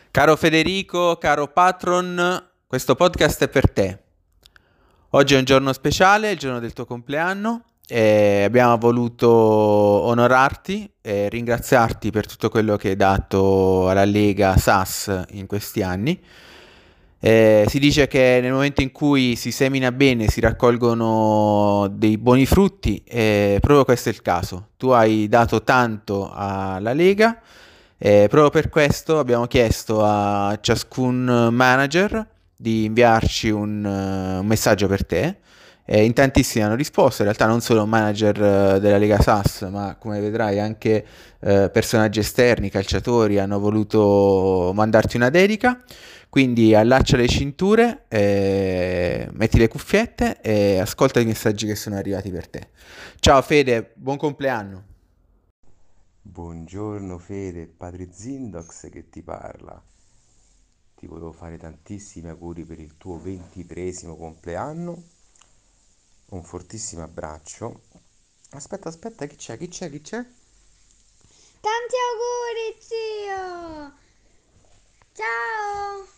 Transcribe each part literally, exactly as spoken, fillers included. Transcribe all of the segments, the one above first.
Caro Federico, caro patron, questo podcast è per te. Oggi è un giorno speciale, il giorno del tuo compleanno, e abbiamo voluto onorarti e ringraziarti per tutto quello che hai dato alla Lega S A S in questi anni. Eh, si dice che nel momento in cui si semina bene si raccolgono dei buoni frutti, e proprio questo è il caso. Tu hai dato tanto alla Lega. E proprio per questo abbiamo chiesto a ciascun manager di inviarci un, eh, un messaggio per te. E in tantissimi hanno risposto, in realtà non solo manager eh, della Lega S A S, ma come vedrai anche eh, personaggi esterni, calciatori hanno voluto mandarti una dedica. Quindi allaccia le cinture, eh, metti le cuffiette e ascolta i messaggi che sono arrivati per te. Ciao Fede, buon compleanno. Buongiorno Fede, padre Zindox che ti parla. Ti volevo fare tantissimi auguri per il tuo ventitreesimo compleanno. Un fortissimo abbraccio. Aspetta, aspetta, chi c'è? Chi c'è? Chi c'è? Tanti auguri, zio! Ciao!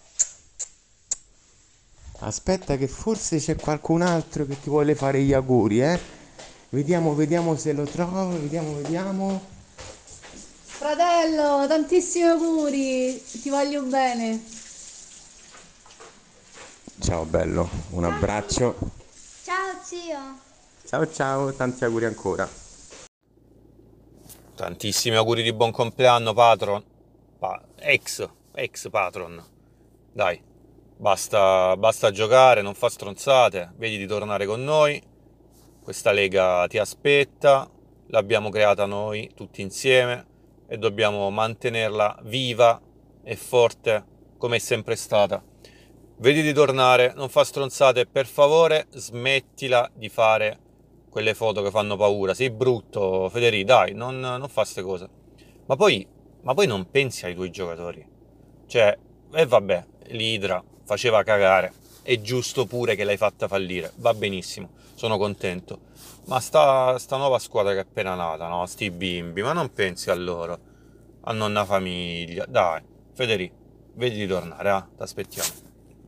Aspetta che forse c'è qualcun altro che ti vuole fare gli auguri, eh? Vediamo, vediamo se lo trovo, vediamo, vediamo. Fratello, tantissimi auguri, ti voglio bene. Ciao bello, un Ciao, abbraccio. ciao zio! Ciao ciao, tanti auguri ancora. Tantissimi auguri di buon compleanno, patron. Pa- ex, ex patron. Dai, basta, basta giocare, non fa stronzate. Vedi di tornare con noi. Questa lega ti aspetta. L'abbiamo creata noi tutti insieme e dobbiamo mantenerla viva e forte come è sempre stata. Vedi di tornare, non fa stronzate. Per favore, smettila di fare quelle foto che fanno paura. Sei brutto, Federico, dai, non, non fa ste cose. Ma poi, ma poi non pensi ai tuoi giocatori. Cioè, e vabbè, l'Idra faceva cagare. È giusto pure che l'hai fatta fallire. Va benissimo, sono contento. Ma sta, sta nuova squadra che è appena nata, no? Sti bimbi, ma non pensi a loro. Hanno una famiglia. Dai, Federico, vedi di tornare, ah, ti aspettiamo.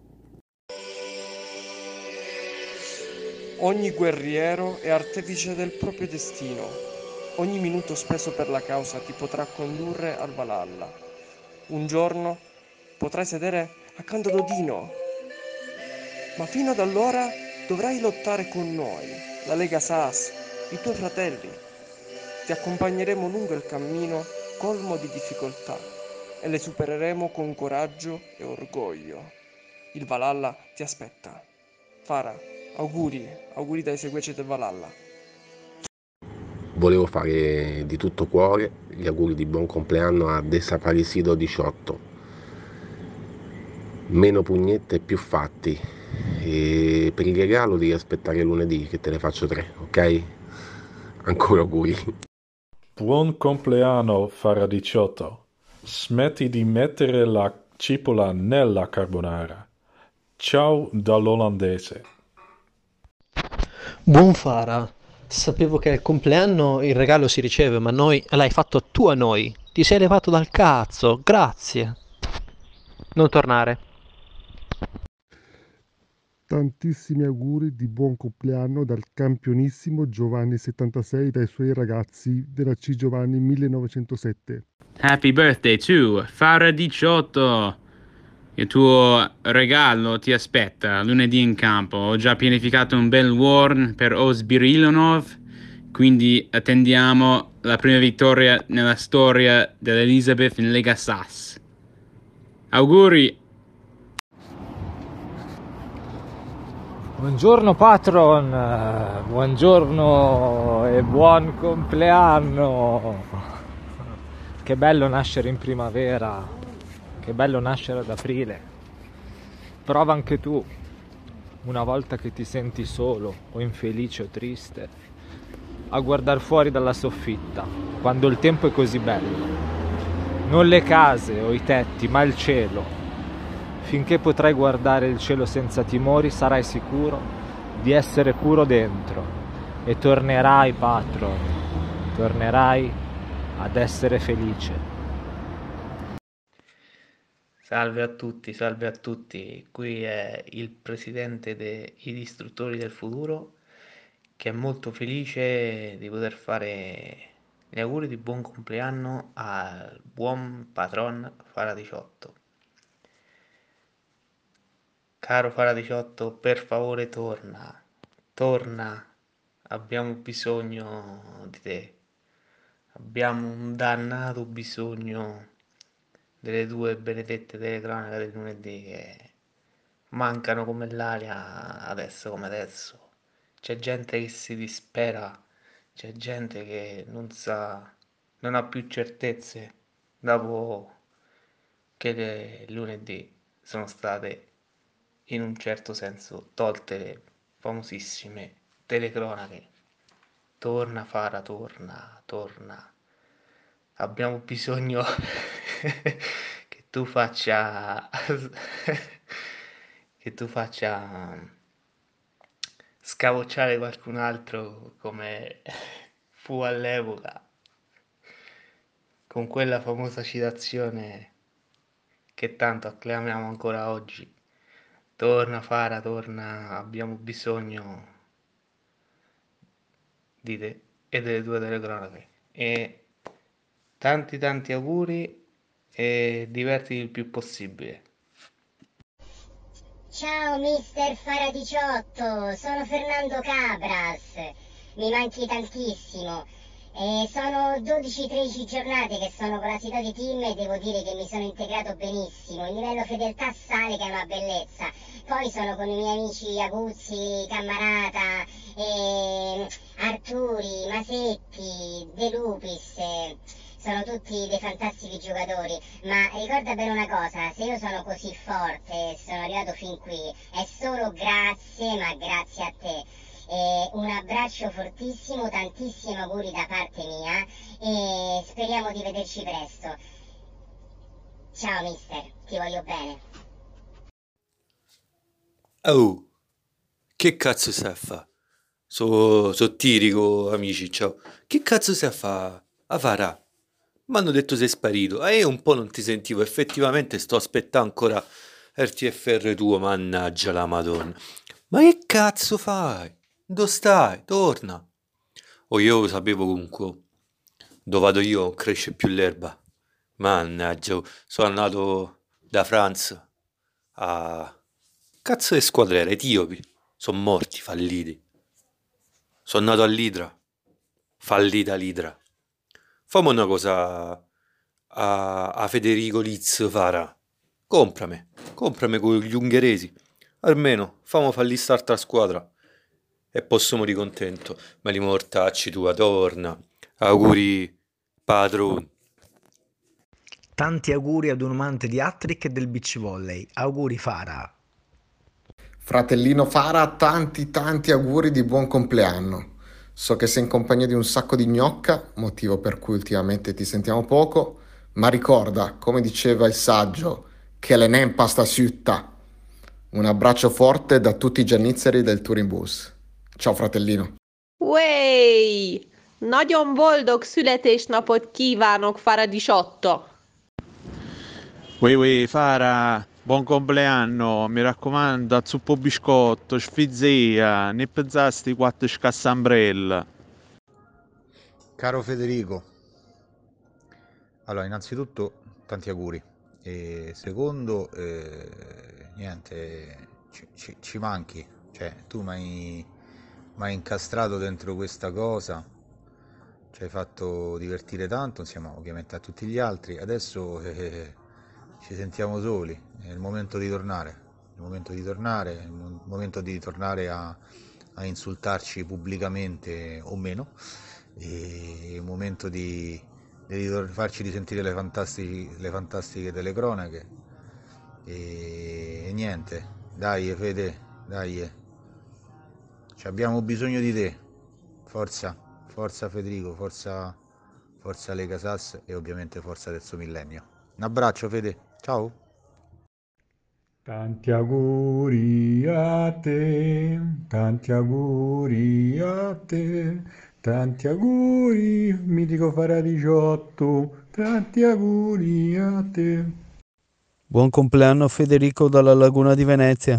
Ogni guerriero è artefice del proprio destino. Ogni minuto speso per la causa ti potrà condurre al Valhalla. Un giorno potrai sedere accanto ad Odino, ma fino ad allora dovrai lottare con noi, la Lega S A S, i tuoi fratelli. Ti accompagneremo lungo il cammino colmo di difficoltà e le supereremo con coraggio e orgoglio. Il Valhalla ti aspetta. Fara, auguri, auguri dai seguaci del Valhalla. Volevo fare di tutto cuore gli auguri di buon compleanno a Desaparecido diciotto. Meno pugnette e più fatti. E per il regalo devi aspettare lunedì che te ne faccio tre, ok? Ancora auguri. Buon compleanno, Fara diciotto. Smetti di mettere la cipolla nella carbonara. Ciao dall'olandese. Buon Fara, sapevo che al compleanno il regalo si riceve, ma noi l'hai fatto tu a noi. Ti sei levato dal cazzo, grazie. Non tornare. Tantissimi auguri di buon compleanno dal campionissimo Giovanni settantasei dai suoi ragazzi della C Giovanni millenovecentosette. Happy birthday to Fara diciotto! Il tuo regalo ti aspetta lunedì in campo. Ho già pianificato un bel warn per Osbirilonov, quindi attendiamo la prima vittoria nella storia dell'Elizabeth in Lega S A S. Auguri! Buongiorno patron, buongiorno e buon compleanno. Che bello nascere in primavera, che bello nascere ad aprile. Prova anche tu, una volta che ti senti solo o infelice o triste, a guardare fuori dalla soffitta, quando il tempo è così bello. Non le case o i tetti, ma il cielo. Finché potrai guardare il cielo senza timori, sarai sicuro di essere puro dentro e tornerai, patron, tornerai ad essere felice. Salve a tutti, salve a tutti. Qui è il presidente dei Distruttori del Futuro che è molto felice di poter fare gli auguri di buon compleanno al buon patron Fara diciotto. Caro Fara diciotto, per favore torna, torna, abbiamo bisogno di te. Abbiamo un dannato bisogno delle due benedette telecronache del lunedì che mancano come l'aria adesso come adesso. C'è gente che si dispera, c'è gente che non sa, non ha più certezze dopo che le lunedì sono state in un certo senso tolte le famosissime telecronache. Torna Fara, torna, torna. Abbiamo bisogno che tu faccia che tu faccia scavocciare qualcun altro come fu all'epoca con quella famosa citazione che tanto acclamiamo ancora oggi. Torna Fara, torna, abbiamo bisogno di te e delle tue telecronache. E tanti tanti auguri e divertiti il più possibile. Ciao mister Fara diciotto, sono Fernando Cabras, mi manchi tantissimo. E sono dodici tredici giornate che sono con la Sidoti Team e devo dire che mi sono integrato benissimo. Il livello fedeltà sale che è una bellezza. Poi sono con i miei amici Aguzzi, Cammarata, eh, Arturi, Masetti, De Lupis. Eh, sono tutti dei fantastici giocatori, ma ricorda bene una cosa, se io sono così forte, sono arrivato fin qui, è solo grazie, ma grazie a te. Eh, un abbraccio fortissimo, tantissimi auguri da parte mia e speriamo di vederci presto. Ciao mister, ti voglio bene. Oh, che cazzo stai a fa? So, so tirico, amici, ciao. Che cazzo stai a fa? A Farà? Mi hanno detto sei sparito. E io un po' non ti sentivo, effettivamente sto aspettando ancora R T F R tuo, mannaggia la madonna. Ma che cazzo fai? Dove stai? Torna. Oh, io lo sapevo comunque. Dove vado io non cresce più l'erba. Mannaggia, sono andato da Francia a... Cazzo di squadra era? Etiopi. Sono morti, falliti. Sono nato a Lidra. Fallita Lidra. Fammi una cosa a, a Federico Liz Fara. Comprami. Comprami con gli ungheresi. Almeno fammi fallire starta squadra. E possiamo ricontento. Ma li mortacci tua, torna. Auguri, padrone. Tanti auguri ad un amante di hat-trick e del beach volley. Auguri Fara. Fratellino Fara, tanti tanti auguri di buon compleanno. So che sei in compagnia di un sacco di gnocca, motivo per cui ultimamente ti sentiamo poco, ma ricorda, come diceva il saggio, che le nem pasta sutta. Un abbraccio forte da tutti i giannizzeri del Touring Bus. Ciao fratellino. Wey! Nagyon boldog születésnapot kívánok, Fara diciotto! Uè uè Fara, buon compleanno, mi raccomando, zuppo biscotto, sfizzia, ne pensasti quattro scassambrella. Caro Federico, allora innanzitutto tanti auguri e secondo, eh, niente, ci, ci, ci manchi, cioè tu mi hai incastrato dentro questa cosa, ci hai fatto divertire tanto insieme ovviamente a tutti gli altri, adesso... Eh, ci sentiamo soli, è il momento di tornare, il momento di tornare, è il momento di tornare a, a insultarci pubblicamente o meno, è il momento di, di farci risentire le fantastiche, le fantastiche telecronache e, e niente, dai Fede, dai, ci abbiamo bisogno di te, forza, forza Federico, forza, forza Lega Sass e ovviamente forza Terzo Millennio. Un abbraccio Fede. Ciao. Tanti auguri a te, tanti auguri a te, tanti auguri, mitico Fara diciotto, tanti auguri a te. Buon compleanno Federico dalla Laguna di Venezia.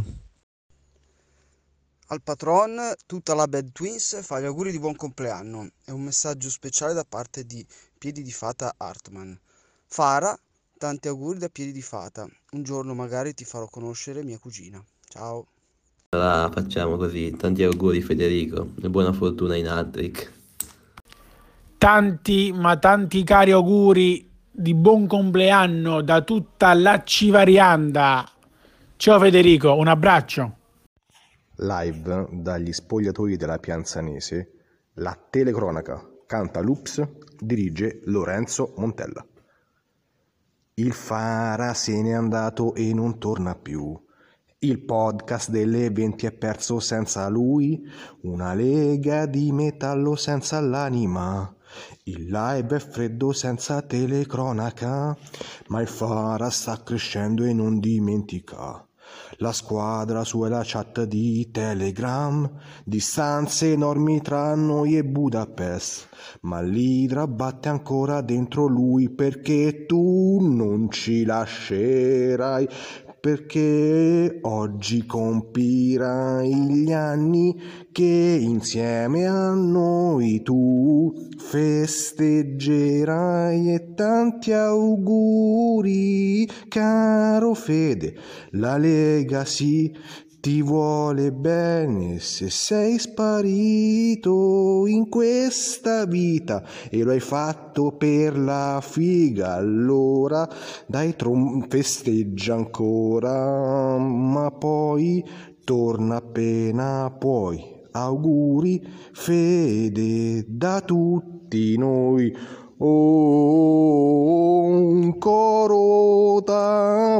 Al patron, tutta la Bad Twins fa gli auguri di buon compleanno. È un messaggio speciale da parte di Piedi di Fata Hartman. Fara, tanti auguri da Piedi di Fata. Un giorno magari ti farò conoscere mia cugina. Ciao. Allora facciamo così, tanti auguri Federico e buona fortuna in hat-trick. Tanti, ma tanti cari auguri di buon compleanno da tutta la Civarianda. Ciao Federico, un abbraccio. Live dagli spogliatoi della Pianzanese, la telecronaca, canta Loops, dirige Lorenzo Montella. Il Fara se n'è andato e non torna più. Il podcast delle venti è perso senza lui. Una lega di metallo senza l'anima. Il live è freddo senza telecronaca. Ma il Fara sta crescendo e non dimentica. La squadra su è la chat di Telegram, distanze enormi tra noi e Budapest, ma l'Idra batte ancora dentro lui perché tu non ci lascerai, perché oggi compirai gli anni che insieme a noi tu festeggerai e tanti auguri caro Fede, la Lega sì ti vuole bene se sei sparito in questa vita e lo hai fatto per la figa, allora dai trom- festeggia ancora, ma poi torna appena puoi. Auguri Fede da tutti noi. Oh, un coro da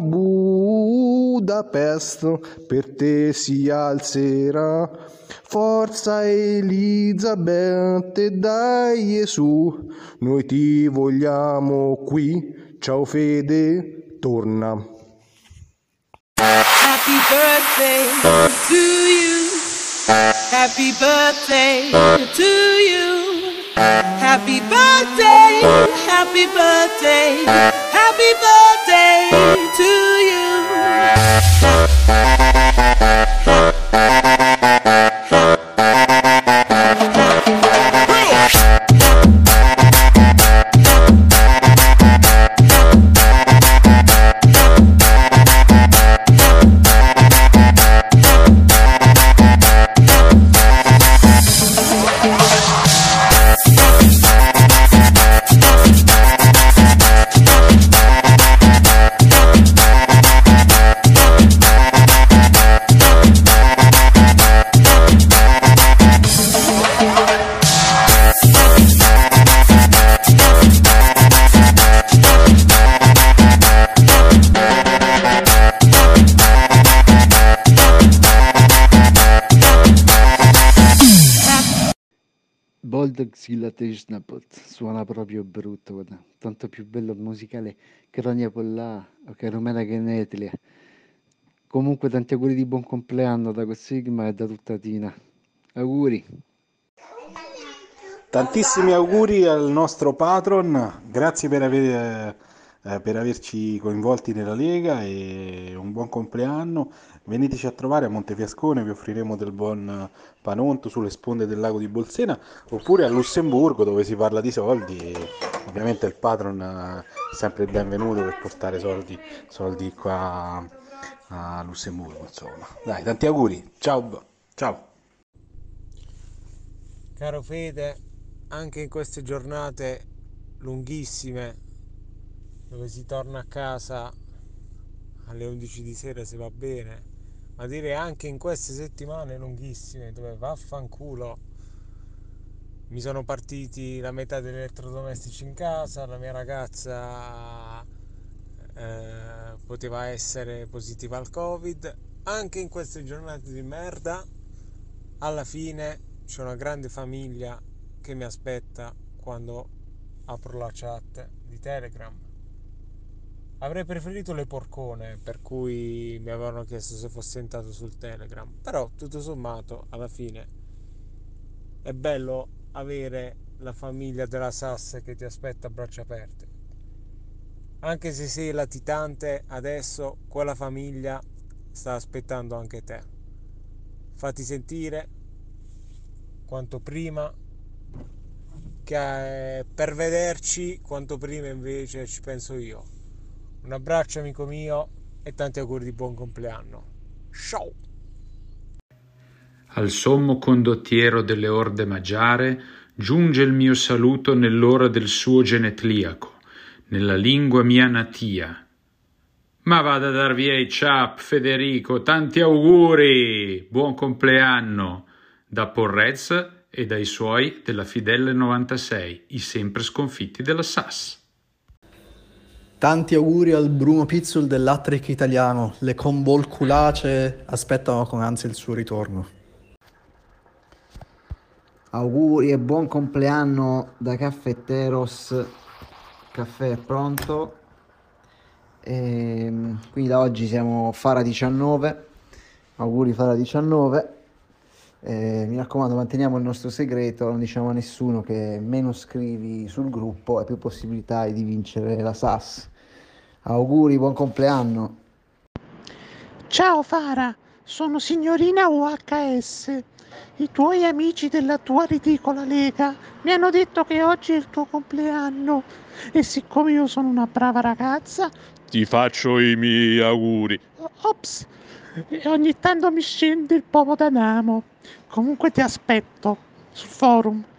Budapest per te si alzerà. Forza Elisabetta e dai su, noi ti vogliamo qui. Ciao Fede, torna. Happy birthday to you. Happy birthday to you. Happy birthday, happy birthday, happy birthday to you. Boldog Silatesnapot suona proprio brutto, guarda. Tanto più bello il musicale che Ronia Pollà o che Romena Genetlia. Comunque tanti auguri di buon compleanno da Sigma e da tutta Tina. Auguri. Tantissimi auguri al nostro patron, grazie per, aver, eh, per averci coinvolti nella Lega e un buon compleanno. Veniteci a trovare a Montefiascone, vi offriremo del buon panonto sulle sponde del lago di Bolsena, oppure a Lussemburgo dove si parla di soldi e ovviamente il patron è sempre benvenuto per portare soldi, soldi qua a Lussemburgo, insomma. Dai, tanti auguri, ciao, ciao. Caro Fede, anche in queste giornate lunghissime dove si torna a casa alle undici di sera se va bene, ma direi anche in queste settimane lunghissime dove vaffanculo mi sono partiti la metà degli elettrodomestici in casa, la mia ragazza eh, poteva essere positiva al Covid. Anche in queste giornate di merda alla fine c'è una grande famiglia che mi aspetta quando apro la chat di Telegram. Avrei preferito le porcone, per cui mi avevano chiesto se fossi entrato sul Telegram, però tutto sommato alla fine è bello avere la famiglia della Sass che ti aspetta a braccia aperte. Anche se sei latitante, adesso quella famiglia sta aspettando anche te. Fatti sentire quanto prima, che eh, per vederci quanto prima invece ci penso io. Un abbraccio amico mio e tanti auguri di buon compleanno. Ciao! Al sommo condottiero delle orde magiare giunge il mio saluto nell'ora del suo genetliaco, nella lingua mia natia. Ma vada a dar via i ciap, Federico, tanti auguri! Buon compleanno! Da Porrez e dai suoi della Fidelle novantasei, i sempre sconfitti della S A S. Tanti auguri al Bruno Pizzul dell'Attrick italiano, le convolculacee aspettano con ansia il suo ritorno. Auguri e buon compleanno da Caffetteros, caffè è pronto. E quindi da oggi siamo Fara diciannove, auguri Fara diciannove. E mi raccomando, manteniamo il nostro segreto, non diciamo a nessuno che meno scrivi sul gruppo hai più possibilità di vincere la S A S. Auguri, buon compleanno. Ciao Fara, sono signorina U H S. I tuoi amici della tua ridicola lega mi hanno detto che oggi è il tuo compleanno e siccome io sono una brava ragazza Ti faccio i miei auguri. ops, e ogni tanto mi scende il pomo d'Adamo. Comunque ti aspetto sul forum.